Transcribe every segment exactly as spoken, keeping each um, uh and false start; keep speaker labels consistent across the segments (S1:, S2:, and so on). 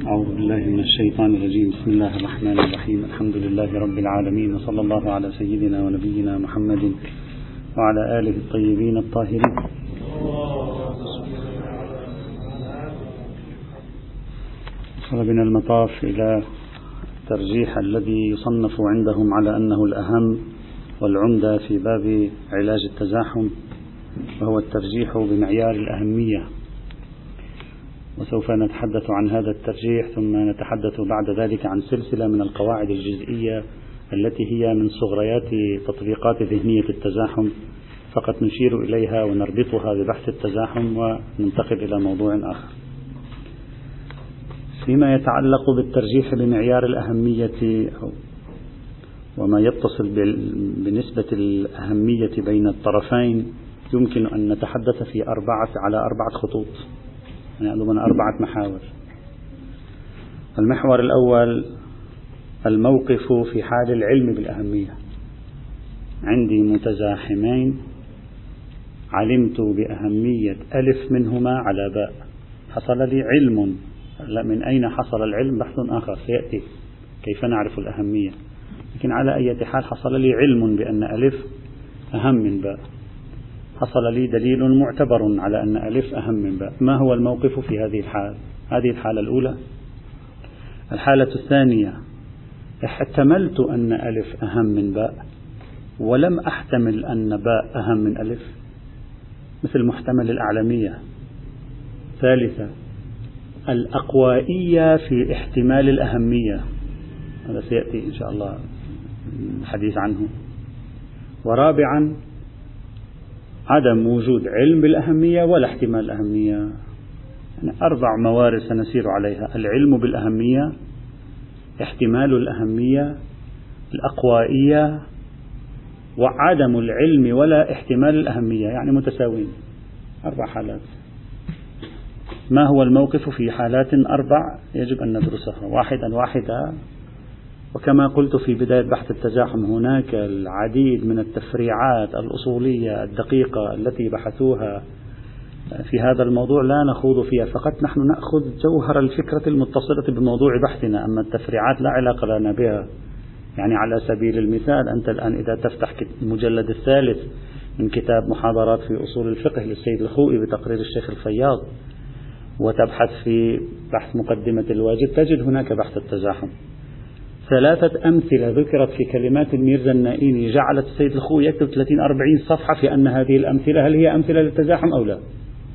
S1: أعوذ بالله من الشيطان الرجيم. بسم الله الرحمن الرحيم. الحمد لله رب العالمين، وصلى الله على سيدنا ونبينا محمد وعلى آله الطيبين الطاهرين. وصل بنا المطاف إلى الترجيح الذي يصنف عندهم على أنه الأهم والعمدة في باب علاج التزاحم، وهو الترجيح بمعيار الأهمية. وسوف نتحدث عن هذا الترجيح، ثم نتحدث بعد ذلك عن سلسلة من القواعد الجزئية التي هي من صغريات تطبيقات ذهنية التزاحم، فقط نشير إليها ونربطها ببحث التزاحم وننتقل إلى موضوع آخر. فيما يتعلق بالترجيح بمعيار الأهمية وما يتصل بنسبة الأهمية بين الطرفين، يمكن أن نتحدث في أربعة على أربعة خطوط، يعني من أربعة محاور. المحور الأول الموقف في حال العلم بالأهمية. عندي متزاحمين، علمت بأهمية ألف منهما على باء، حصل لي علم. من أين حصل العلم بحث آخر سيأتي، كيف نعرف الأهمية، لكن على أي حال حصل لي علم بأن ألف أهم من باء، حصل لي دليل معتبر على أن ألف أهم من باء. ما هو الموقف في هذه الحال؟ هذه الحالة الأولى. الحالة الثانية، احتملت أن ألف أهم من باء ولم أحتمل أن باء أهم من ألف، مثل محتمل الأعلمية. ثالثة، الأقوائية في احتمال الأهمية، هذا سيأتي إن شاء الله الحديث عنه. ورابعا، عدم وجود علم بالأهمية ولا احتمال الأهمية. يعني أربع موارد سنسير عليها: العلم بالأهمية، احتمال الأهمية، الأقوائية، وعدم العلم ولا احتمال الأهمية، يعني متساوين. أربع حالات. ما هو الموقف في حالات أربع يجب أن ندرسها واحدا واحدا. وكما قلت في بداية بحث التزاحم، هناك العديد من التفريعات الأصولية الدقيقة التي بحثوها في هذا الموضوع، لا نخوض فيها، فقط نحن نأخذ جوهر الفكرة المتصلة بموضوع بحثنا، أما التفريعات لا علاقة لنا بها. يعني على سبيل المثال، أنت الآن إذا تفتح المجلد الثالث من كتاب محاضرات في أصول الفقه للسيد الخوئي بتقرير الشيخ الفياض، وتبحث في بحث مقدمة الواجب، تجد هناك بحث التزاحم. ثلاثة أمثلة ذكرت في كلمات الميرزا النائيني جعلت السيد الخوئي يكتب ثلاثين أربعين صفحة في أن هذه الأمثلة هل هي أمثلة للتزاحم أو لا.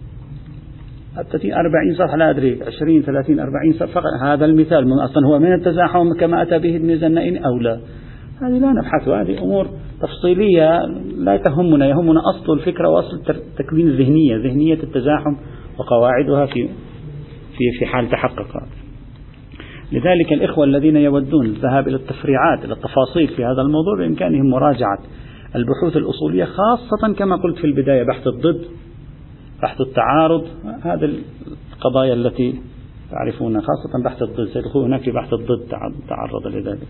S1: ثلاثين أربعين صفحة، لا أدري، عشرين ثلاثين أربعين صفحة، هذا المثال من أصلا هو من التزاحم كما أتى به الميرزا النائيني أو لا. هذه لا نبحثها، هذه أمور تفصيلية لا تهمنا، يهمنا أصل الفكرة وأصل تكوين الذهنية، ذهنية التزاحم وقواعدها في في في حال تحقق. لذلك الإخوة الذين يودون الذهاب إلى التفريعات إلى التفاصيل في هذا الموضوع بإمكانهم مراجعة البحوث الأصولية، خاصة كما قلت في البداية بحث الضد، بحث التعارض، هذه القضايا التي تعرفونها، خاصة بحث الضد. سيدخل هناك في بحث الضد تعرض لذلك.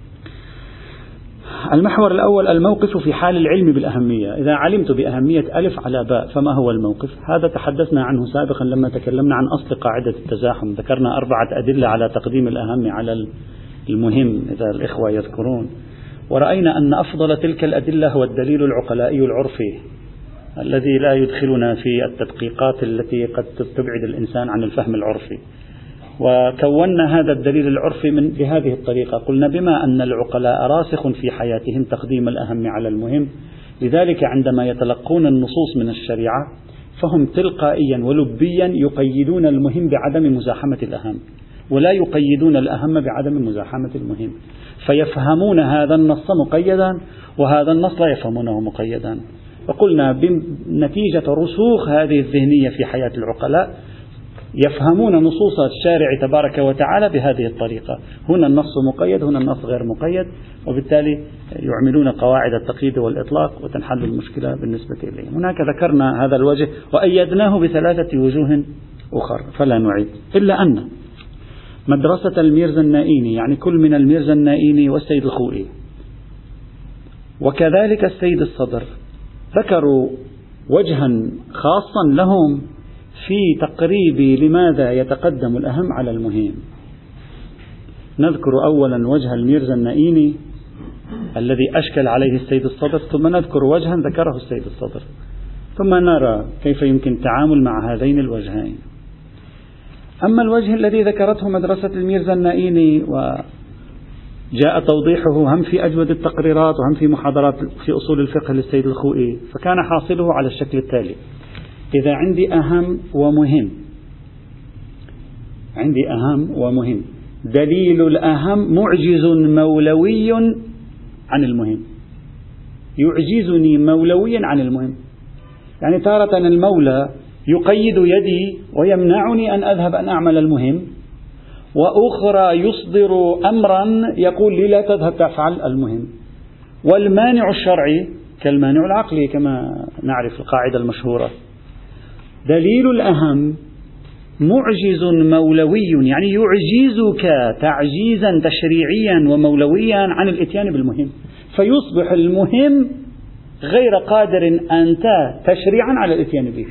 S1: المحور الأول الموقف في حال العلم بالأهمية. إذا علمت بأهمية ألف على باء فما هو الموقف؟ هذا تحدثنا عنه سابقا لما تكلمنا عن أصل قاعدة التزاحم، ذكرنا أربعة أدلة على تقديم الأهم على المهم إذا الإخوة يذكرون، ورأينا أن أفضل تلك الأدلة هو الدليل العقلائي العرفي الذي لا يدخلنا في التدقيقات التي قد تبعد الإنسان عن الفهم العرفي. وكونا هذا الدليل العرفي من بهذه الطريقة، قلنا بما أن العقلاء راسخ في حياتهم تقديم الأهم على المهم، لذلك عندما يتلقون النصوص من الشريعة فهم تلقائيا ولبيا يقيدون المهم بعدم مزاحمة الأهم، ولا يقيدون الأهم بعدم مزاحمة المهم، فيفهمون هذا النص مقيدا وهذا النص لا يفهمونه مقيدا. وقلنا بنتيجة رسوخ هذه الذهنية في حياة العقلاء يفهمون نصوص الشارع تبارك وتعالى بهذه الطريقة، هنا النص مقيد، هنا النص غير مقيد، وبالتالي يعملون قواعد التقييد والإطلاق وتنحل المشكلة بالنسبة إليهم. هناك ذكرنا هذا الوجه وأيدناه بثلاثة وجوه أخرى فلا نعيد، إلا أن مدرسة الميرزا النائيني، يعني كل من الميرزا النائيني والسيد الخوئي وكذلك السيد الصدر، ذكروا وجها خاصا لهم في تقريب لماذا يتقدم الأهم على المهم. نذكر أولا وجه الميرزا النائيني الذي أشكل عليه السيد الصدر، ثم نذكر وجها ذكره السيد الصدر، ثم نرى كيف يمكن التعامل مع هذين الوجهين. أما الوجه الذي ذكرته مدرسة الميرزا النائيني وجاء توضيحه هم في أجود التقريرات وهم في محاضرات في أصول الفقه للسيد الخوئي، فكان حاصله على الشكل التالي: إذا عندي أهم ومهم، عندي أهم ومهم، دليل الأهم معجز مولوي عن المهم، يعجزني مولويا عن المهم. يعني تارة المولى يقيد يدي ويمنعني أن أذهب أن أعمل المهم، وأخرى يصدر أمرا يقول لي لا تذهب تفعل المهم. والمانع الشرعي كالمانع العقلي كما نعرف القاعدة المشهورة. دليل الأهم معجز مولوي، يعني يعجزك تعجيزا تشريعيا ومولويا عن الإتيان بالمهم، فيصبح المهم غير قادر أنت تشريعا على الإتيان به.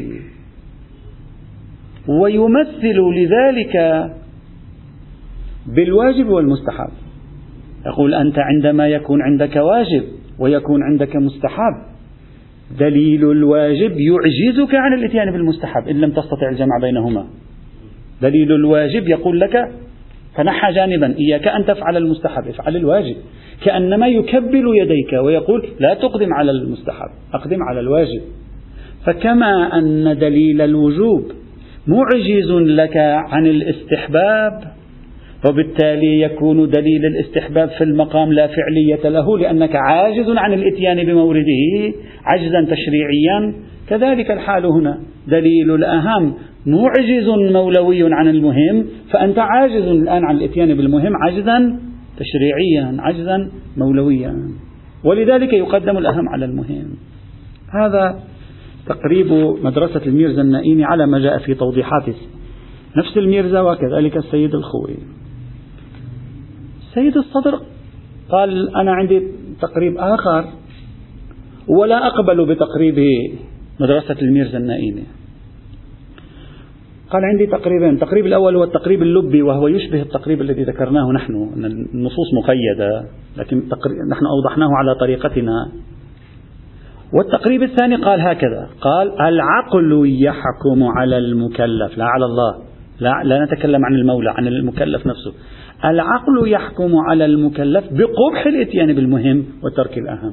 S1: ويمثل لذلك بالواجب والمستحب. يقول أنت عندما يكون عندك واجب ويكون عندك مستحب، دليل الواجب يعجزك عن الإتيان بالمستحب إن لم تستطع الجمع بينهما. دليل الواجب يقول لك تنحى جانبا، إياك أن تفعل المستحب، افعل الواجب، كأنما يكبل يديك ويقول لا تقدم على المستحب، أقدم على الواجب. فكما أن دليل الوجوب معجز لك عن الاستحباب، وبالتالي يكون دليل الاستحباب في المقام لا فعلية له لأنك عاجز عن الإتيان بمورده عجزا تشريعيا، كذلك الحال هنا. دليل الأهم معجز مولوي عن المهم، فأنت عاجز الآن عن الإتيان بالمهم عجزا تشريعيا، عجزا مولويا، ولذلك يقدم الأهم على المهم. هذا تقريب مدرسة الميرزا النائيني على ما جاء في توضيحات نفس الميرزا وكذلك السيد الخوئي. السيد الصدر قال أنا عندي تقريب آخر ولا أقبل بتقريب مدرسة الميرزا النائيني. قال عندي تقريبين، التقريب الأول هو التقريب اللبي، وهو يشبه التقريب الذي ذكرناه نحن، أن النصوص مقيدة لكن نحن أوضحناه على طريقتنا. والتقريب الثاني قال هكذا، قال العقل يحكم على المكلف لا على الله، لا, لا نتكلم عن المولى، عن المكلف نفسه. العقل يحكم على المكلف بقبح الإتيان بالمهم وترك الأهم.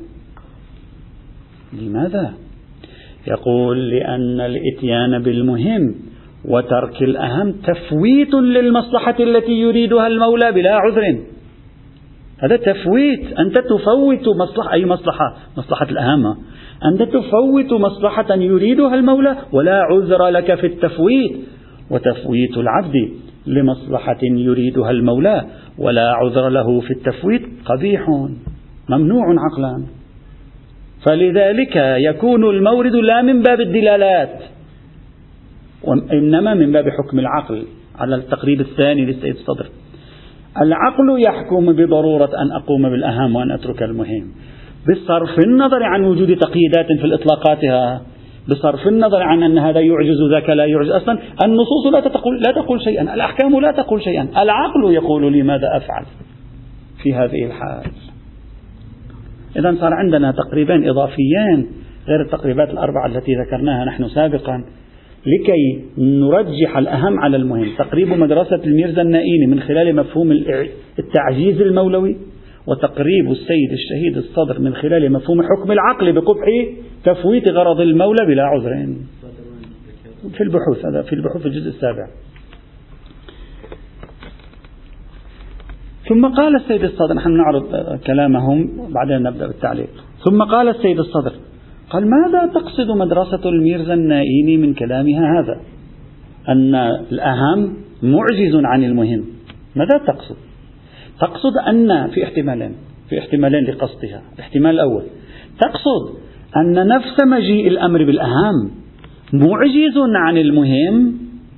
S1: لماذا؟ يقول لأن الإتيان بالمهم وترك الأهم تفويت للمصلحة التي يريدها المولى بلا عذر. هذا تفويت، أنت تفوت مصلحة، أي مصلحة؟ مصلحة الأهم. أنت تفوت مصلحة يريدها المولى ولا عذر لك في التفويت. وتفويت العبد لمصلحة يريدها المولى ولا عذر له في التفويت قبيح ممنوع عقلا. فلذلك يكون المورد لا من باب الدلالات وإنما من باب حكم العقل على التقريب الثاني للسيد الصدر. العقل يحكم بضرورة أن أقوم بالأهم وأن أترك المهم، بصرف النظر عن وجود تقييدات في الإطلاقاتها، بصرف النظر عن أن هذا يعجز ذاك لا يعجز. أصلا النصوص لا تقول لا تقول شيئا، الأحكام لا تقول شيئا، العقل يقول لي ماذا أفعل في هذه الحال. إذا صار عندنا تقريبين إضافيين غير التقريبات الأربعة التي ذكرناها نحن سابقا لكي نرجح الأهم على المهم. تقريب مدرسة الميرزا النائيني من خلال مفهوم التعجيز المولوي، وتقريب السيد الشهيد الصدر من خلال مفهوم حكم العقل بقبح تفويت غرض المولى بلا عذر. في البحوث، هذا في البحوث في الجزء السابع. ثم قال السيد الصدر، نحن نعرض كلامهم بعدين نبدأ بالتعليق. ثم قال السيد الصدر، قال ماذا تقصد مدرسة الميرزا النائيني من كلامها هذا؟ أن الأهم معجز عن المهم. ماذا تقصد؟ تقصد أن في احتمالين في احتمالين لقصدها. الاحتمال الأول تقصد أن نفس مجيء الأمر بالأهم معجز عن المهم.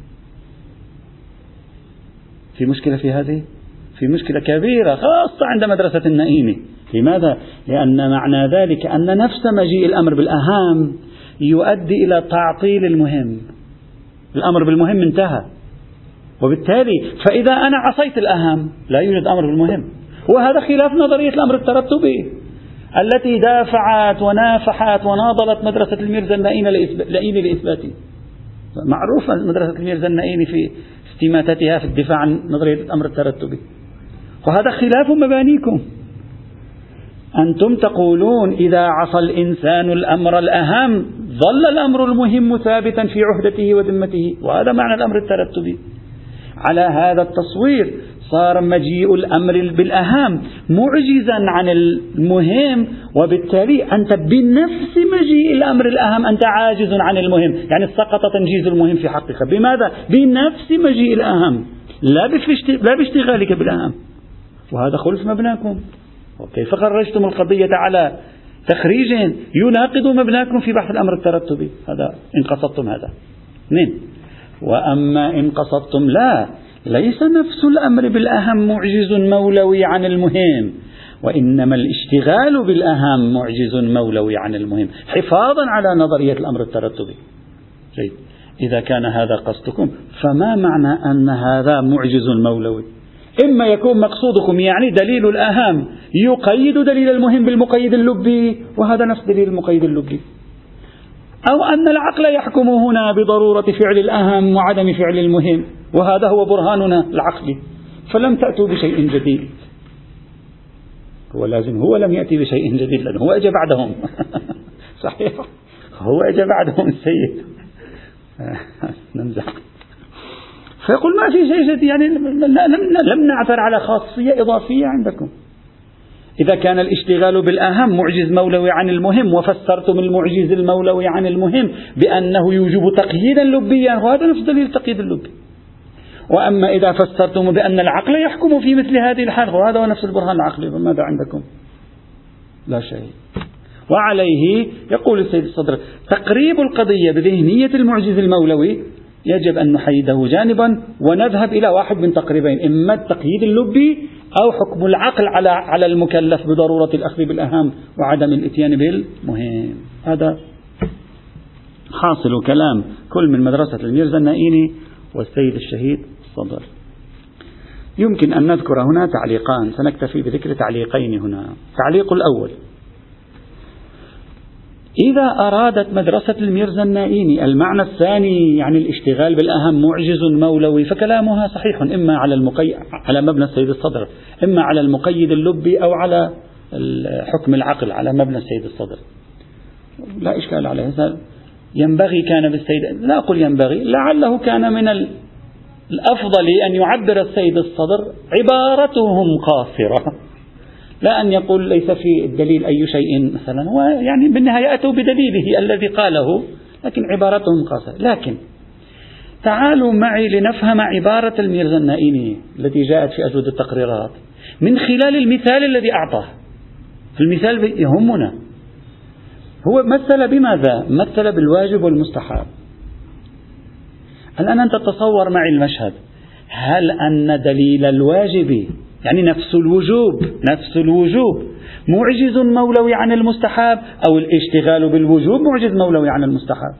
S1: في مشكلة في هذه، في مشكلة كبيرة خاصة عند مدرسة النائيني. لماذا؟ لأن معنى ذلك أن نفس مجيء الأمر بالأهم يؤدي إلى تعطيل المهم. الأمر بالمهم انتهى، وبالتالي فإذا أنا عصيت الأهم لا يوجد أمر بالمهم، وهذا خلاف نظرية الأمر الترتبي التي دافعت ونافحت وناضلت مدرسة الميرزا النائيني لإثباته. معروفة مدرسة الميرزا النائيني في استماتتها في الدفاع عن نظرية الأمر الترتبي، وهذا خلاف مبانيكم. أنتم تقولون إذا عصى الإنسان الأمر الأهم ظل الأمر المهم ثابتا في عهدته وذمته، وهذا معنى الأمر الترتبي. على هذا التصوير صار مجيء الأمر بالأهم معجزا عن المهم، وبالتالي أنت بنفس مجيء الأمر الأهم أنت عاجز عن المهم، يعني سقط تنجيز المهم في حقك. بماذا؟ بنفس مجيء الأهم، لا باشتغالك بالأهم، وهذا خلف مبناكم. وكيف خرجتم القضية على تخريج يناقض مبناكم في بحث الأمر الترتبي؟ هذا إن قصدتم هذا. اثنين، وأما إن قصدتم لا، ليس نفس الأمر بالأهم معجز مولوي عن المهم، وإنما الاشتغال بالأهم معجز مولوي عن المهم حفاظا على نظرية الأمر الترتبي. جيد، إذا كان هذا قصدكم فما معنى أن هذا معجز مولوي؟ إما يكون مقصودكم يعني دليل الأهم يقيد دليل المهم بالمقيد اللبي، وهذا نفس دليل المقيد اللبي، أو أن العقل يحكم هنا بضرورة فعل الأهم وعدم فعل المهم، وهذا هو برهاننا العقلي. فلم تأتوا بشيء جديد، هو لازم هو لم يأتي بشيء جديد لأنه هو أجى بعدهم. صحيح، هو أجى بعدهم السيد. نمزح. فيقول ما في شيء جديد، يعني لم نعثر على خاصية إضافية عندكم. إذا كان الاشتغال بالأهم معجز مولوي عن المهم، وفسرتم المعجز المولوي عن المهم بأنه يوجب تقييدا لبيا، وهذا نفس دليل التقييد اللبي. وأما إذا فسرتم بأن العقل يحكم في مثل هذه الحال، وهذا هو نفس البرهان العقلي، فماذا عندكم؟ لا شيء. وعليه يقول السيد الصدر تقريب القضية بذهنية المعجز المولوي يجب أن نحيده جانبا ونذهب إلى واحد من تقريبين، إما التقييد اللبي أو حكم العقل على على المكلف بضرورة الأخذ بالأهم وعدم الإتيان بالمهم. هذا حاصل كلام كل من مدرسة الميرزا النائيني والسيد الشهيد الصدر. يمكن أن نذكر هنا تعليقان، سنكتفي بذكر تعليقين هنا. التعليق الأول: إذا أرادت مدرسة الميرزا النائيني المعنى الثاني يعني الاشتغال بالأهم معجز مولوي، فكلامها صحيح، إما على المقيد على مبنى السيد الصدر، إما على المقيد اللبي أو على حكم العقل على مبنى السيد الصدر، لا إشكال عليه. هذا ينبغي كان بالسيد، لا أقول ينبغي، لعله كان من الأفضل أن يعبر السيد الصدر عبارتهم قاصرة، لا أن يقول ليس في الدليل أي شيء مثلا، ويعني بالنهاية أتوا بدليله الذي قاله، لكن عبارتهم قاصرة. لكن تعالوا معي لنفهم عبارة الميرزا النائيني التي جاءت في أجود التقريرات من خلال المثال الذي أعطاه. المثال يهمنا، هو مثل بماذا؟ مثل بالواجب والمستحب. الآن أنت تصور معي المشهد، هل أن دليل الواجب يعني نفس الوجوب نفس الوجوب معجز مولوي عن المستحب، أو الاشتغال بالوجوب معجز مولوي عن المستحب؟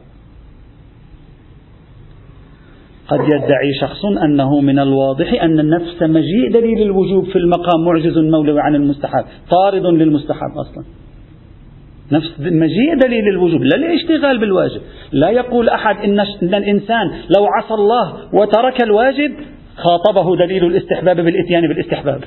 S1: قد يدعي شخص أنه من الواضح أن نفس مجيء دليل الوجوب في المقام معجز مولوي عن المستحب، طارد للمستحب أصلا. نفس مجيء دليل الوجوب، لا الاشتغال بالواجب. لا يقول أحد إن الإنسان لو عصى الله وترك الواجب خاطبه دليل الاستحباب بالإتيان بالاستحباب.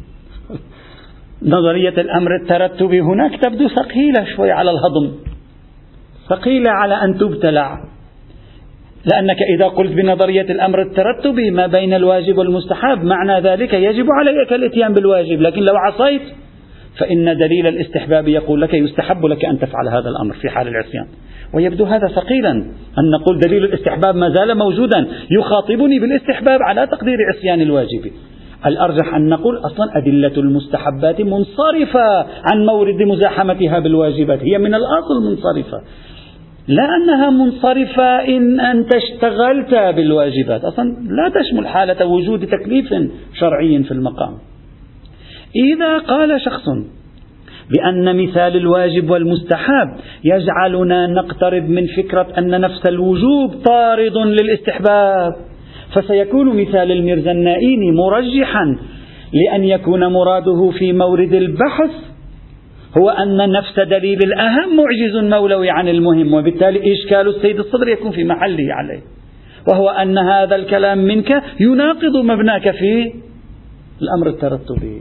S1: نظرية الأمر الترتبي هناك تبدو ثقيلة شوي على الهضم، ثقيلة على أن تبتلع، لأنك إذا قلت بنظرية الأمر الترتبي ما بين الواجب والمستحب معنى ذلك يجب عليك الإتيان بالواجب، لكن لو عصيت فإن دليل الاستحباب يقول لك يستحب لك أن تفعل هذا الأمر في حال العصيان. ويبدو هذا ثقيلا أن نقول دليل الاستحباب ما زال موجودا يخاطبني بالاستحباب على تقدير عصيان الواجب. الأرجح أن نقول أصلا أدلة المستحبات منصرفة عن مورد مزاحمتها بالواجبات، هي من الأصل منصرفة، لا أنها منصرفة إن أنت اشتغلت بالواجبات، أصلا لا تشمل حالة وجود تكليف شرعي في المقام. إذا قال شخص بأن مثال الواجب والمستحب يجعلنا نقترب من فكرة أن نفس الوجوب طارد للاستحباب، فسيكون مثال الميرزا النائيني مرجحا لأن يكون مراده في مورد البحث هو أن نفس دليل الأهم معجز مولوي عن المهم، وبالتالي إشكال السيد الصدر يكون في محله عليه، وهو أن هذا الكلام منك يناقض مبناك في الأمر الترتبي.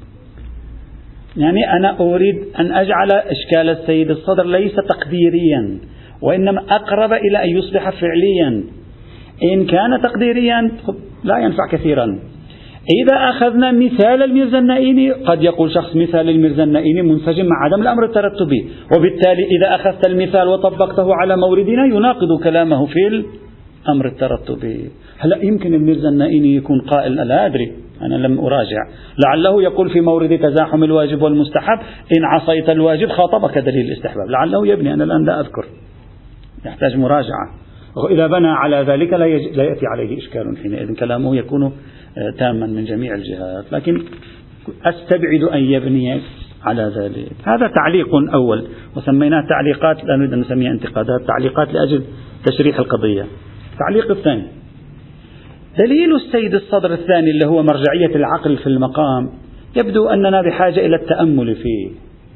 S1: يعني أنا أريد أن أجعل إشكال السيد الصدر ليس تقديريا، وإنما أقرب إلى أن يصبح فعليا. إن كان تقديريا لا ينفع كثيرا. إذا أخذنا مثال الميرزا النائيني قد يقول شخص مثال الميرزا النائيني منسجم مع عدم الأمر الترتبي، وبالتالي إذا أخذت المثال وطبقته على موردنا يناقض كلامه في الأمر الترتبي. هلا يمكن الميرزا النائيني يكون قائل لا أدري، أنا لم أراجع، لعله يقول في مورد تزاحم الواجب والمستحب إن عصيت الواجب خاطبك دليل الاستحباب، لعله يبني، أنا الآن لا أذكر، يحتاج مراجعة. إذا بنى على ذلك لا, يج... لا يأتي عليه إشكال، حينئذ كلامه يكون تاما من جميع الجهات، لكن أستبعد أن يبني على ذلك. هذا تعليق أول، وسميناه تعليقات، لا نريد أن نسميها انتقادات، تعليقات لأجل تشريح القضية. التعليق الثاني دليل السيد الصدر الثاني اللي هو مرجعية العقل في المقام، يبدو أننا بحاجة إلى التأمل فيه.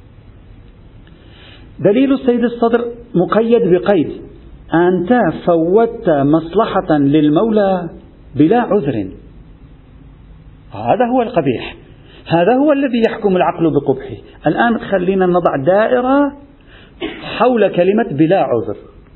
S1: دليل السيد الصدر مقيد بقيد: أنت فوتت مصلحة للمولى بلا عذر. هذا هو القبيح، هذا هو الذي يحكم العقل بقبحه. الآن خلينا نضع دائرة حول كلمة بلا عذر.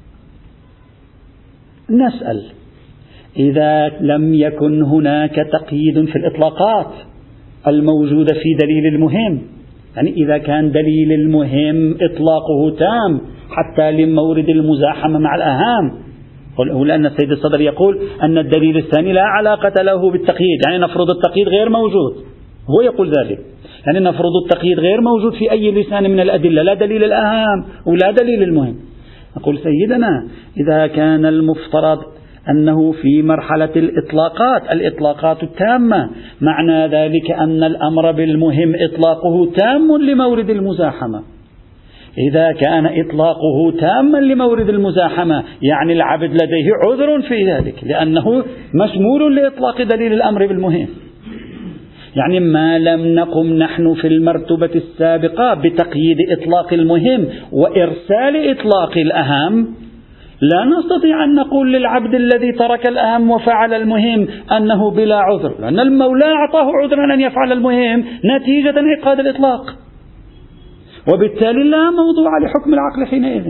S1: نسأل: إذا لم يكن هناك تقييد في الإطلاقات الموجودة في دليل المهم، يعني إذا كان دليل المهم إطلاقه تام حتى لمورد المزاحمة مع الأهم، لأن السيد الصدر يقول أن الدليل الثاني لا علاقة له بالتقييد، يعني نفرض التقييد غير موجود، هو يقول ذلك، يعني نفرض التقييد غير موجود في أي لسان من الأدلة، لا دليل الأهم ولا دليل المهم. أقول سيدنا إذا كان المفترض أنه في مرحلة الإطلاقات الإطلاقات التامة، معنى ذلك أن الأمر بالمهم إطلاقه تام لمورد المزاحمة. إذا كان إطلاقه تاما لمورد المزاحمة يعني العبد لديه عذر في ذلك، لأنه مشمول لإطلاق دليل الأمر بالمهم. يعني ما لم نقم نحن في المرتبة السابقة بتقييد إطلاق المهم وإرسال إطلاق الأهم، لا نستطيع أن نقول للعبد الذي ترك الأهم وفعل المهم أنه بلا عذر، لأن المولى أعطاه عذرا أن يفعل المهم نتيجة انعقاد الإطلاق، وبالتالي لا موضوع لحكم العقل حينئذ،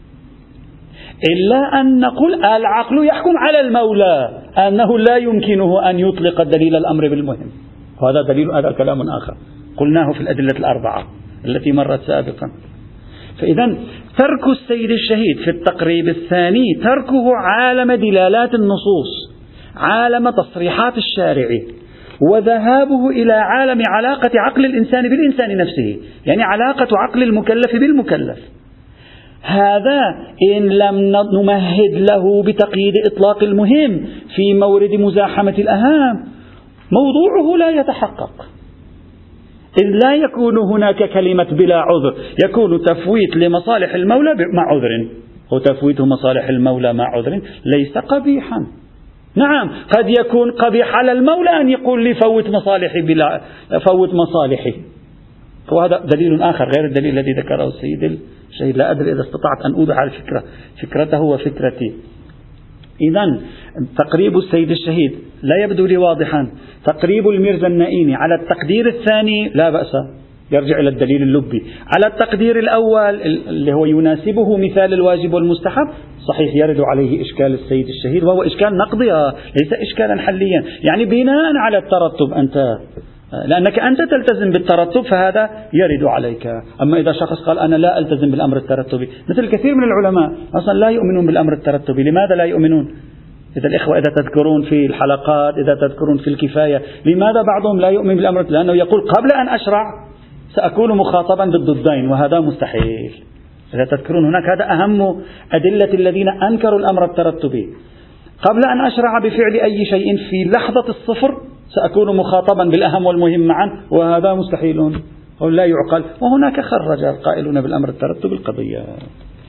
S1: إلا أن نقول العقل يحكم على المولى أنه لا يمكنه أن يطلق دليل الأمر بالمهم، وهذا دليل، هذا كلام آخر قلناه في الأدلة الأربعة التي مرت سابقا. فإذا ترك السيد الشهيد في التقريب الثاني تركه عالم دلالات النصوص، عالم تصريحات الشارع، وذهابه إلى عالم علاقة عقل الإنسان بالإنسان نفسه، يعني علاقة عقل المكلف بالمكلف. هذا إن لم نمهد له بتقييد إطلاق المهم في مورد مزاحمة الأهم موضوعه لا يتحقق، إذ لا يكون هناك كلمة بلا عذر، يكون تفويت لمصالح المولى مع عذر، وتفويت مصالح المولى مع عذر ليس قبيحا. نعم قد يكون قبيح على المولى أن يقول لي فوت مصالحي بلا فوت مصالحي، وهذا دليل آخر غير الدليل الذي ذكره السيد الشهيد. لا أدري إذا استطعت أن أوضح الفكرة، فكرته وفكرتي. إذن تقريب السيد الشهيد لا يبدو لي واضحا، تقريب الميرزا النائيني على التقدير الثاني لا بأس، يرجع إلى الدليل اللبي. على التقدير الأول اللي هو يناسبه مثال الواجب والمستحب صحيح يرد عليه إشكال السيد الشهيد، وهو إشكال نقضي ليس إشكالا حليا، يعني بناء على الترتب أنت، لأنك أنت تلتزم بالترتب فهذا يرد عليك. أما إذا شخص قال أنا لا ألتزم بالأمر الترتبي، مثل كثير من العلماء أصلا لا يؤمنون بالأمر الترتبي. لماذا لا يؤمنون؟ إذا الإخوة إذا تذكرون في الحلقات، إذا تذكرون في الكفاية، لماذا بعضهم لا يؤمن بالأمر؟ لأنه يقول قبل أن أشرع سأكون مخاطبا بالضدين وهذا مستحيل. إذا تذكرون هناك هذا أهم أدلة الذين أنكروا الأمر الترتبي، قبل أن أشرع بفعل أي شيء في لحظة الصفر سأكون مخاطبا بالأهم والمهم معا، وهذا مستحيل أو لا يعقل. وهناك خرج القائلون بالأمر الترتبي القضية.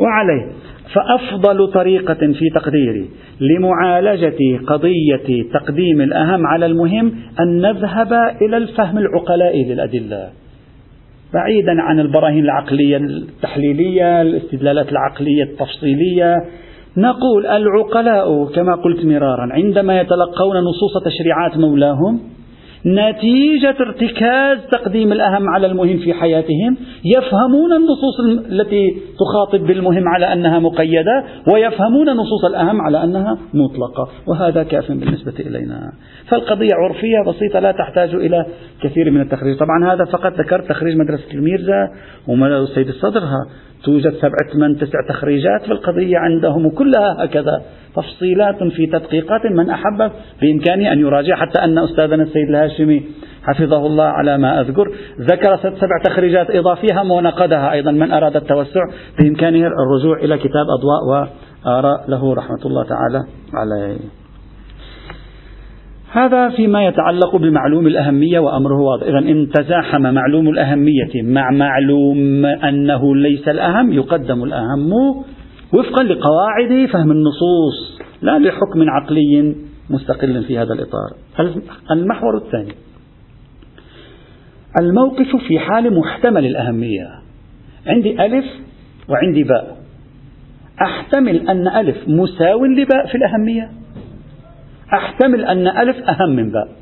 S1: وعليه فأفضل طريقة في تقديري لمعالجة قضية تقديم الأهم على المهم أن نذهب إلى الفهم العقلائي للأدلة، بعيدا عن البراهين العقلية التحليلية، الاستدلالات العقلية التفصيلية. نقول العقلاء كما قلت مرارا عندما يتلقون نصوص تشريعات مولاهم نتيجة ارتكاز تقديم الأهم على المهم في حياتهم يفهمون النصوص التي تخاطب بالمهم على أنها مقيدة، ويفهمون نصوص الأهم على أنها مطلقة، وهذا كاف بالنسبة إلينا. فالقضية عرفية بسيطة لا تحتاج إلى كثير من التخريج. طبعا هذا فقط ذكرت تخريج مدرسة الميرزا والسيد الصدرها، توجد سبعة ثمان تسع تخريجات في القضية عندهم، وكلها هكذا تفصيلات في تدقيقات. من أحب بإمكانه أن يراجع، حتى أن أستاذنا السيد الهاشمي حفظه الله على ما أذكر ذكر سبع تخريجات إضافية ونقدها أيضا. من أراد التوسع بإمكانه الرجوع إلى كتاب أضواء وآراء له رحمة الله تعالى عليه. هذا فيما يتعلق بمعلوم الأهمية وأمره واضح. إذن إن تزاحم معلوم الأهمية مع معلوم أنه ليس الأهم يقدم الأهم وفقا لقواعد فهم النصوص لا لحكم عقلي مستقل في هذا الإطار. المحور الثاني الموقف في حال محتمل الأهمية. عندي ألف وعندي باء، أحتمل أن ألف مساو لباء في الأهمية، أحتمل أن ألف أهم من باء.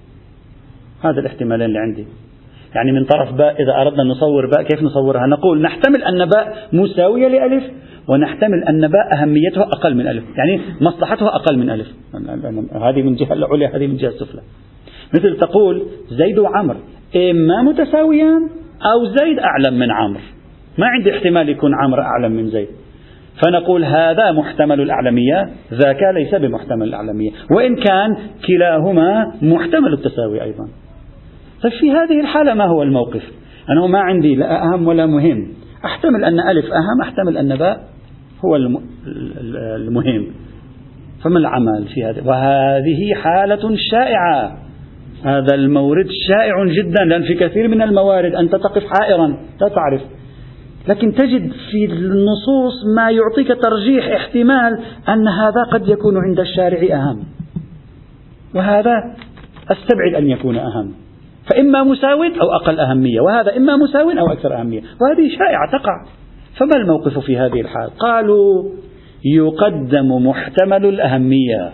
S1: هذا الاحتمالين اللي عندي. يعني من طرف باء إذا أردنا نصور باء كيف نصورها؟ نقول نحتمل أن باء مساوية لألف، ونحتمل أن باء أهميتها أقل من ألف، يعني مصلحتها أقل من ألف. هذه من جهة العليا هذه من جهة السفلى. مثل تقول زيد وعمر إما متساويان أو زيد أعلم من عمرو، ما عندي احتمال يكون عمرو أعلم من زيد، فنقول هذا محتمل الأعلمية، ذاك ليس بمحتمل الأعلمية، وإن كان كلاهما محتمل التساوي أيضا. ففي هذه الحالة ما هو الموقف؟ أنا ما عندي لا أهم ولا مهم، أحتمل أن ألف أهم، أحتمل أن باء هو المهم، فما العمل في هذا؟ وهذه حالة شائعة، هذا المورد شائع جدا، لأن في كثير من الموارد أنت تقف حائرا لا تعرف، لكن تجد في النصوص ما يعطيك ترجيح احتمال أن هذا قد يكون عند الشارع أهم، وهذا استبعد أن يكون أهم، فإما مساو أو أقل أهمية، وهذا إما مساو أو أكثر أهمية، وهذه شائعة تقع. فما الموقف في هذه الحال؟ قالوا يقدم محتمل الأهمية.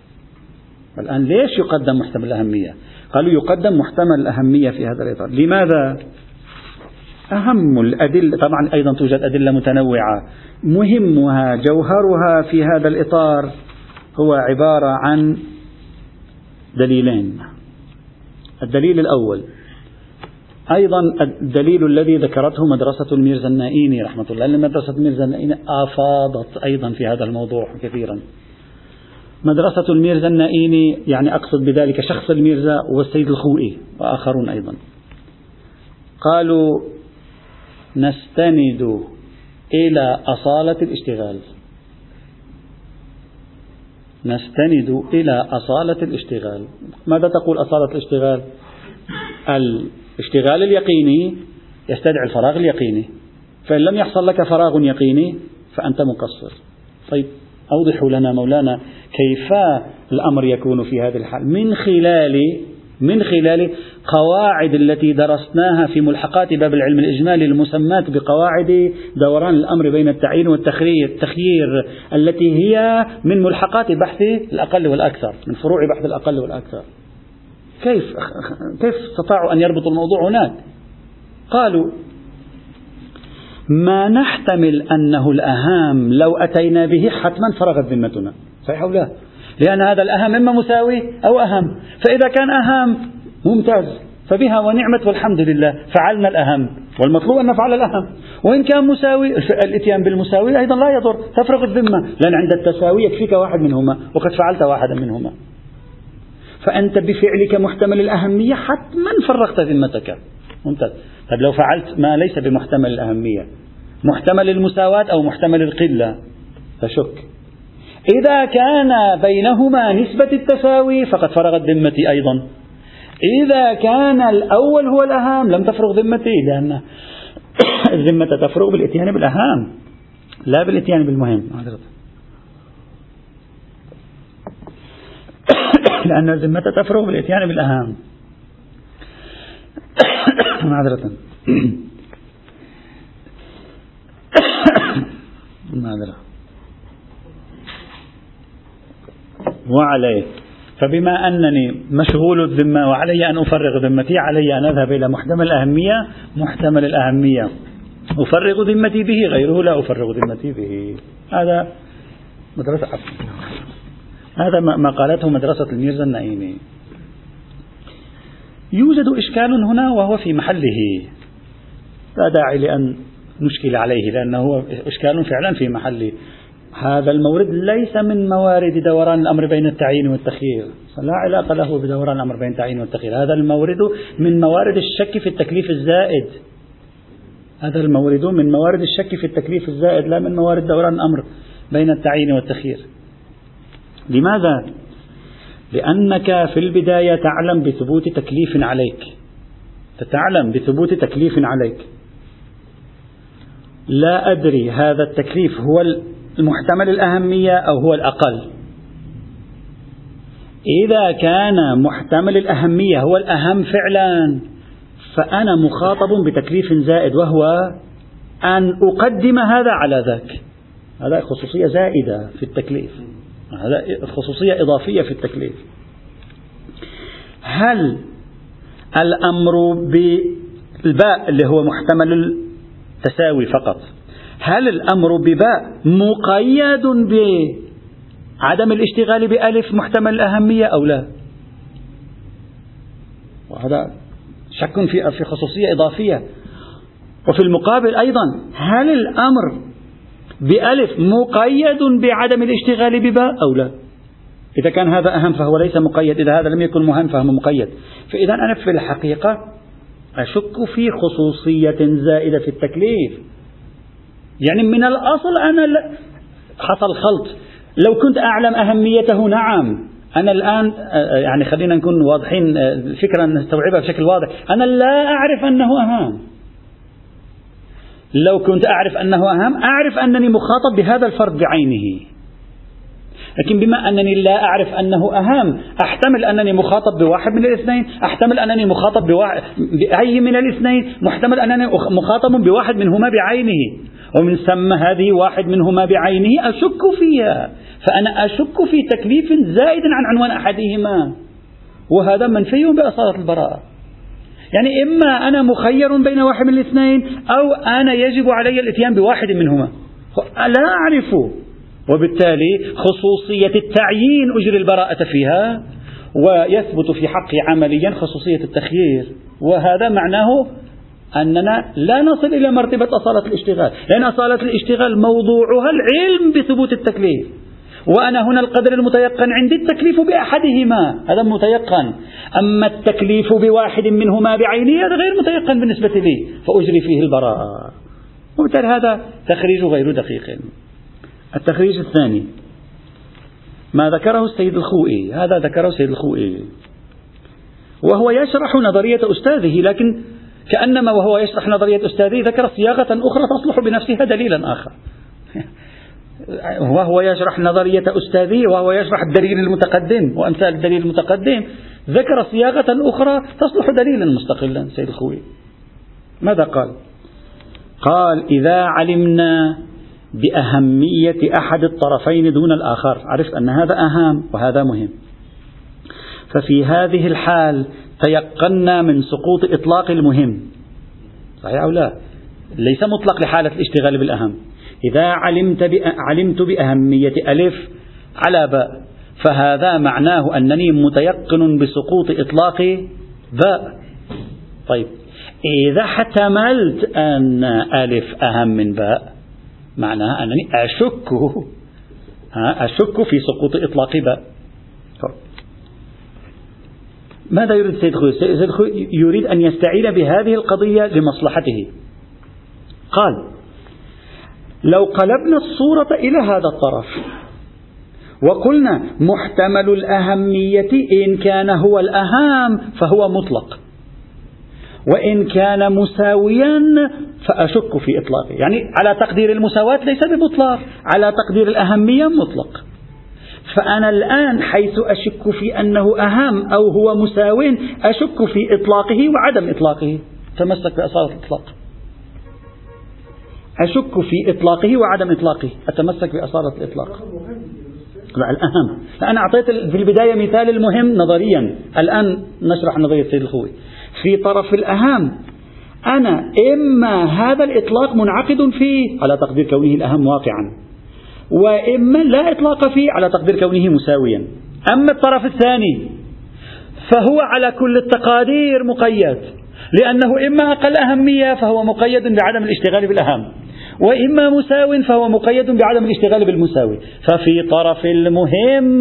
S1: الآن ليش يقدم محتمل الأهمية؟ قالوا يقدم محتمل الأهمية في هذا الإطار. لماذا؟ أهم الأدلة، طبعا أيضا توجد أدلة متنوعة، مهمها جوهرها في هذا الإطار هو عبارة عن دليلين. الدليل الأول أيضا الدليل الذي ذكرته مدرسة الميرزا النائيني رحمة الله، لأن مدرسة الميرزا النائيني أفاضت أيضا في هذا الموضوع كثيرا. مدرسة الميرزا النائيني يعني أقصد بذلك شخص الميرزا والسيد الخوئي وآخرون أيضا، قالوا نستند إلى أصالة الاشتغال، نستند إلى أصالة الاشتغال. ماذا تقول أصالة الاشتغال؟ الاشتغال اليقيني يستدعي الفراغ اليقيني، فإن لم يحصل لك فراغ يقيني فأنت مقصر. طيب أوضحوا لنا مولانا كيف الأمر يكون في هذه الحال؟ من خلال من خلال قواعد التي درسناها في ملحقات باب العلم الإجمالي المسماة بقواعد دوران الأمر بين التعيين والتخيير التخيير التي هي من ملحقات بحث الأقل والأكثر، من فروع بحث الأقل والأكثر. كيف كيف استطاعوا أن يربطوا الموضوع هناك؟ قالوا ما نحتمل أنه الأهم لو أتينا به حتما فرغت ذمتنا، صحيح أو لا؟ لأن هذا الأهم إما مساوي أو أهم، فإذا كان أهم ممتاز فبها ونعمت والحمد لله فعلنا الأهم، والمطلوب أن نفعل الأهم. وإن كان مساوي الاتيان بالمساوي أيضا لا يضر، تفرغ الذمة، لأن عند التساوي يكفيك واحد منهما وقد فعلت واحدا منهما، فأنت بفعلك محتمل الأهمية حتما فرغت ذمتك، ممتاز. طيب لو فعلت ما ليس بمحتمل الأهمية، محتمل المساواة أو محتمل القلة، فشك. إذا كان بينهما نسبة التساوي فقد فرغت ذمتي أيضا. إذا كان الأول هو الأهم لم تفرغ ذمتي، لأن الذمة تفرغ بالاتيان بالأهم، لا بالاتيان بالمهم، لأن الذمة تفرغ بالاتيان بالأهم. معذرة معذرة. وعليه، فبما أنني مشغول الذمة وعلي أن أفرغ ذمتي، علي أن أذهب إلى محتمل الأهمية. محتمل الأهمية أفرغ ذمتي به، غيره لا أفرغ ذمتي به. هذا مدرسة هذا ما قالته مدرسة الميرزا النعيمي. يوجد إشكال هنا وهو في محله، لا داعي لأن نشكل عليه لأنه إشكال فعلا في محله. هذا المورد ليس من موارد دوران الأمر بين التعيين والتخيير، لا علاقة له بدوران الأمر بين التعيين والتخيير. هذا المورد من موارد الشك في التكليف الزائد. هذا المورد من موارد الشك في التكليف الزائد، لا من موارد دوران الأمر بين التعيين والتخيير. لماذا؟ لأنك في البداية تعلم بثبوت تكليف عليك، تتعلم بثبوت تكليف عليك. لا أدري هذا التكليف هو المحتمل الأهمية أو هو الأقل. إذا كان محتمل الأهمية هو الأهم فعلا، فأنا مخاطب بتكليف زائد، وهو أن أقدم هذا على ذاك. هذا خصوصية زائدة في التكليف، هذا خصوصية إضافية في التكليف. هل الأمر بالباء اللي هو محتمل التساوي فقط، هل الأمر بباء مقيد بعدم الاشتغال بألف محتمل الأهمية أو لا؟ وهذا شك في في خصوصية إضافية. وفي المقابل أيضا، هل الأمر بألف مقيد بعدم الاشتغال بباء أو لا؟ إذا كان هذا أهم فهو ليس مقيد، إذا هذا لم يكن مهم فهو مقيد. فإذا أنا في الحقيقة أشك في خصوصية زائدة في التكليف. يعني من الأصل أنا حصل خلط. لو كنت أعلم أهميته نعم، أنا الآن يعني خلينا نكون واضحين، الفكرة نستوعبها بشكل واضح. أنا لا أعرف أنه أهم. لو كنت أعرف أنه أهم، أعرف أنني مخاطب بهذا الفرد بعينه. لكن بما أنني لا أعرف أنه أهم، أحتمل أنني مخاطب بواحد من الاثنين، أحتمل أنني مخاطب بواحد بأي من الاثنين، محتمل أنني مخاطب بواحد منهما بعينه، ومن ثم هذه واحد منهما بعينه أشك فيها. فأنا أشك في تكليف زائد عن عنوان أحدهما، وهذا منفي بأصالة البراءة. يعني إما أنا مخير بين واحد من الاثنين، أو أنا يجب علي الاتيان بواحد منهما، لا أعرفه. وبالتالي خصوصية التعيين أجري البراءة فيها، ويثبت في حقي عمليا خصوصية التخيير. وهذا معناه أننا لا نصل إلى مرتبة أصالة الاشتغال، لأن أصالة الاشتغال موضوعها العلم بثبوت التكليف، وأنا هنا القدر المتيقن عندي التكليف بأحدهما، هذا متيقن. أما التكليف بواحد منهما بعينه هذا غير متيقن بالنسبة لي، فأجري فيه البراءة. وبالتالي هذا تخريج غير دقيق. التخريج الثاني ما ذكره السيد الخوئي، هذا ذكره السيد الخوئي وهو يشرح نظرية أستاذه، لكن كأنما وهو يشرح نظرية أستاذه ذكر صياغة أخرى تصلح بنفسها دليلا آخر. وهو يشرح نظرية أستاذه وهو يشرح الدليل المتقدم وأمثال الدليل المتقدم، ذكر صياغة أخرى تصلح دليلا مستقلا. سيد الخوئي ماذا قال؟ قال: إذا علمنا بأهمية أحد الطرفين دون الآخر، عرفت أن هذا أهم وهذا مهم، ففي هذه الحال تيقنا من سقوط إطلاق المهم. صحيح أو لا؟ ليس مطلق لحالة الاشتغال بالأهم. إذا علمت بأ... علمت بأهمية ألف على باء، فهذا معناه أنني متيقن بسقوط إطلاق باء. طيب، إذا احتملت أن ألف أهم من باء، معناها أنني أشك أشك في سقوط إطلاق باء. ماذا يريد سيد خوي؟ سيد خوي يريد أن يستعين بهذه القضية لمصلحته. قال: لو قلبنا الصورة إلى هذا الطرف وقلنا محتمل الأهمية إن كان هو الأهم فهو مطلق، وإن كان مساويا فأشك في إطلاقه. يعني على تقدير المساواة ليس بمطلق، على تقدير الأهمية مطلق. فأنا الآن حيث أشك في أنه أهم أو هو مساو أشك في إطلاقه وعدم إطلاقه. تمسك بأصالة الإطلاق. أشك في إطلاقه وعدم إطلاقه، أتمسك بأصالة الإطلاق. الأهم، أنا أعطيت في البداية مثال المهم نظريا، الآن نشرح نظرية السيد الخوئي. في طرف الأهم أنا إما هذا الإطلاق منعقد فيه على تقدير كونه الأهم واقعا، وإما لا إطلاق فيه على تقدير كونه مساويا. أما الطرف الثاني فهو على كل التقادير مقيد، لأنه إما أقل أهمية فهو مقيد بعدم الاشتغال بالأهم، وإما مساو فهو مقيد بعدم الاشتغال بالمساوي. ففي طرف المهم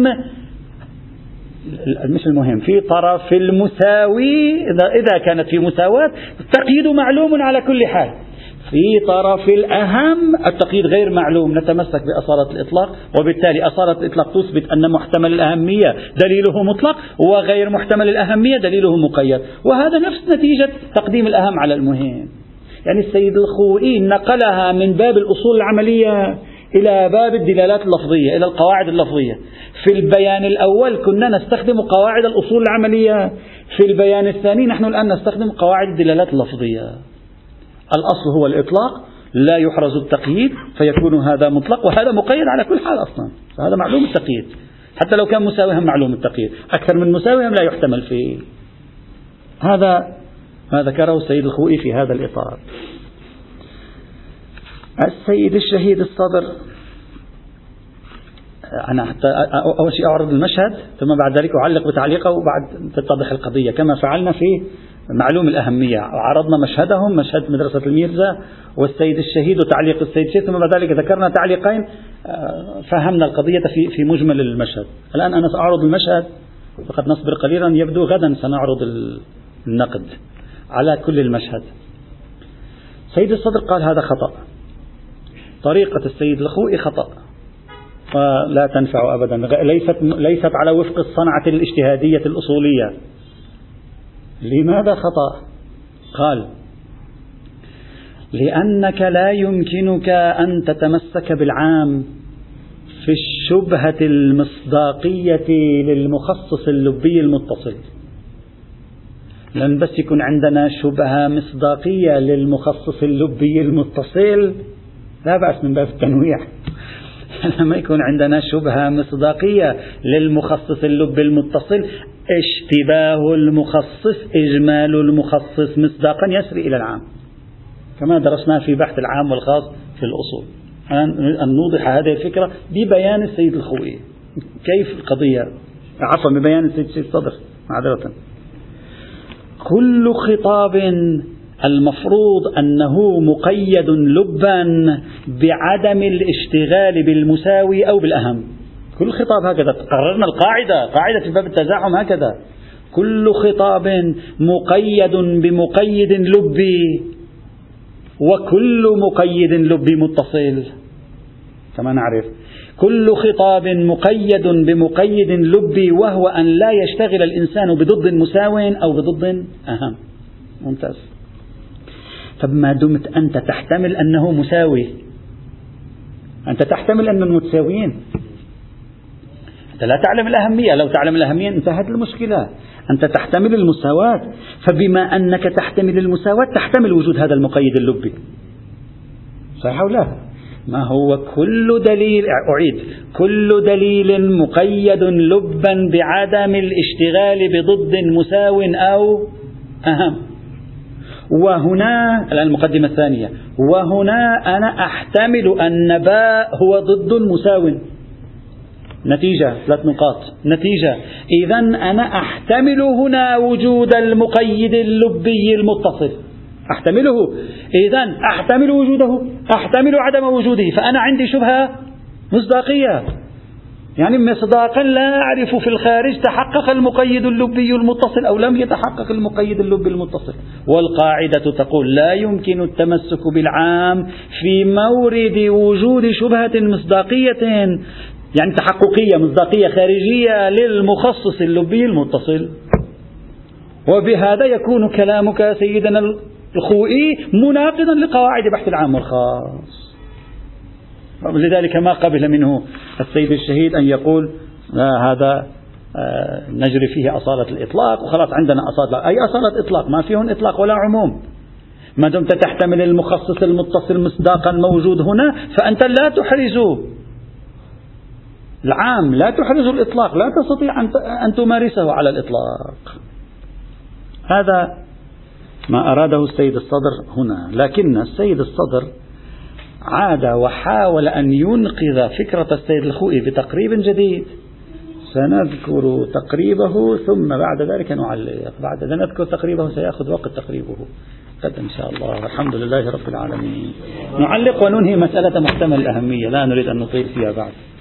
S1: مش المهم في طرف المساوي إذا كانت في مساواة التقييد معلوم على كل حال. في طرف الأهم التقييد غير معلوم، نتمسك بأصالة الإطلاق، وبالتالي أصالة الإطلاق تثبت أن محتمل الأهمية دليله مطلق وغير محتمل الأهمية دليله مقيد، وهذا نفس نتيجة تقديم الأهم على المهم. يعني السيد الخوئي نقلها من باب الأصول العملية إلى باب الدلالات اللفظية، إلى القواعد اللفظية. في البيان الأول كنا نستخدم قواعد الأصول العملية، في البيان الثاني نحن الآن نستخدم قواعد الدلالات اللفظية. الأصل هو الإطلاق، لا يحرز التقييد، فيكون هذا مطلق وهذا مقيد على كل حال أصلا، فهذا معلوم التقييد، حتى لو كان مساويا معلوم التقييد، أكثر من مساويا لا يحتمل فيه. هذا ما ذكره السيد الخوئي في هذا الإطار. السيد الشهيد الصدر، أنا حتى أول شيء أعرض المشهد ثم بعد ذلك أعلق بتعليقه وبعد تتضح القضية كما فعلنا في معلوم الأهمية. عرضنا مشهدهم، مشهد مدرسة الميرزا والسيد الشهيد وتعليق السيد الشهيد، ثم بعد ذلك ذكرنا تعليقين فهمنا القضية في في مجمل المشهد. الآن أنا سأعرض المشهد، فقد نصبر قليلا، يبدو غدا سنعرض النقد على كل المشهد. سيد الصدر قال هذا خطأ، طريقة السيد الخوئي خطأ ولا تنفع أبدا، ليست ليست على وفق الصنعة الاجتهادية الأصولية. لماذا خطأ؟ قال لأنك لا يمكنك أن تتمسك بالعام في الشبهة المصداقية للمخصص اللبي المتصل. لن بس يكون عندنا شبهة مصداقية للمخصص اللبي المتصل، لا بأس من باب التنويع. لما يكون عندنا شبهة مصداقية للمخصص اللبي المتصل، اشتباه المخصص إجمال المخصص مصداقا يسري إلى العام، كما درسنا في بحث العام والخاص في الأصول. أن نوضح هذه الفكرة ببيان السيد الخوئي كيف القضية، عفوا ببيان السيد الصدر معذرة. كل خطاب المفروض أنه مقيد لبا بعدم الاشتغال بالمساوي أو بالأهم، كل خطاب هكذا قررنا القاعدة، قاعدة في باب التزاحم هكذا، كل خطاب مقيد بمقيد لبي، وكل مقيد لبي متصل كما نعرف. كل خطاب مقيد بمقيد لبي وهو أن لا يشتغل الإنسان بضد مساو أو بضد أهم. ممتاز. طب ما دمت أنت تحتمل أنه مساوي، أنت تحتمل أنهم متساويين، أنت لا تعلم الأهمية، لو تعلم الأهمية انتهت المشكلة. أنت تحتمل المساواة، فبما أنك تحتمل المساواة تحتمل وجود هذا المقيد اللبي، صحيح أو لا؟ ما هو كل دليل، أعيد، كل دليل مقيد لبا بعدم الاشتغال بضد مساو أو أهم. وهنا الآن المقدمة الثانية، وهنا أنا أحتمل أن باء هو ضد مساو. نتيجة ثلاث نقاط. نتيجة إذا أنا أحتمل هنا وجود المقيد اللبي المتصل، أحتمله، إذا أحتمل وجوده، أحتمل عدم وجوده، فأنا عندي شبهة مصداقية، يعني مصداقا لا أعرف في الخارج تحقق المقيد اللبي المتصل أو لم يتحقق المقيد اللبي المتصل. والقاعدة تقول لا يمكن التمسك بالعام في مورد وجود شبهة مصداقية، يعني تحققية مصداقية خارجية للمخصص اللبي المتصل. وبهذا يكون كلامك سيدنا الخوئي مناقضا لقواعد بحث العام والخاص. لذلك ما قبل منه السيد الشهيد أن يقول هذا نجري فيه أصالة الإطلاق وخلاص عندنا أصالة. أي أصالة إطلاق؟ ما فيهن إطلاق ولا عموم. ما دمت تحتمل المخصص المتصل مصداقا موجود هنا فأنت لا تحرز العام، لا تحرز الإطلاق، لا تستطيع أن تمارسه على الإطلاق. هذا ما أراده السيد الصدر هنا. لكن السيد الصدر عاد وحاول أن ينقذ فكرة السيد الخوئي بتقريب جديد، سنذكر تقريبه ثم بعد ذلك نعلق. بعد ذلك نذكر تقريبه، سيأخذ وقت تقريبه قد إن شاء الله. الحمد لله رب العالمين. نعلق وننهي مسألة محتمل الأهمية، لا نريد أن نطيل فيها بعد.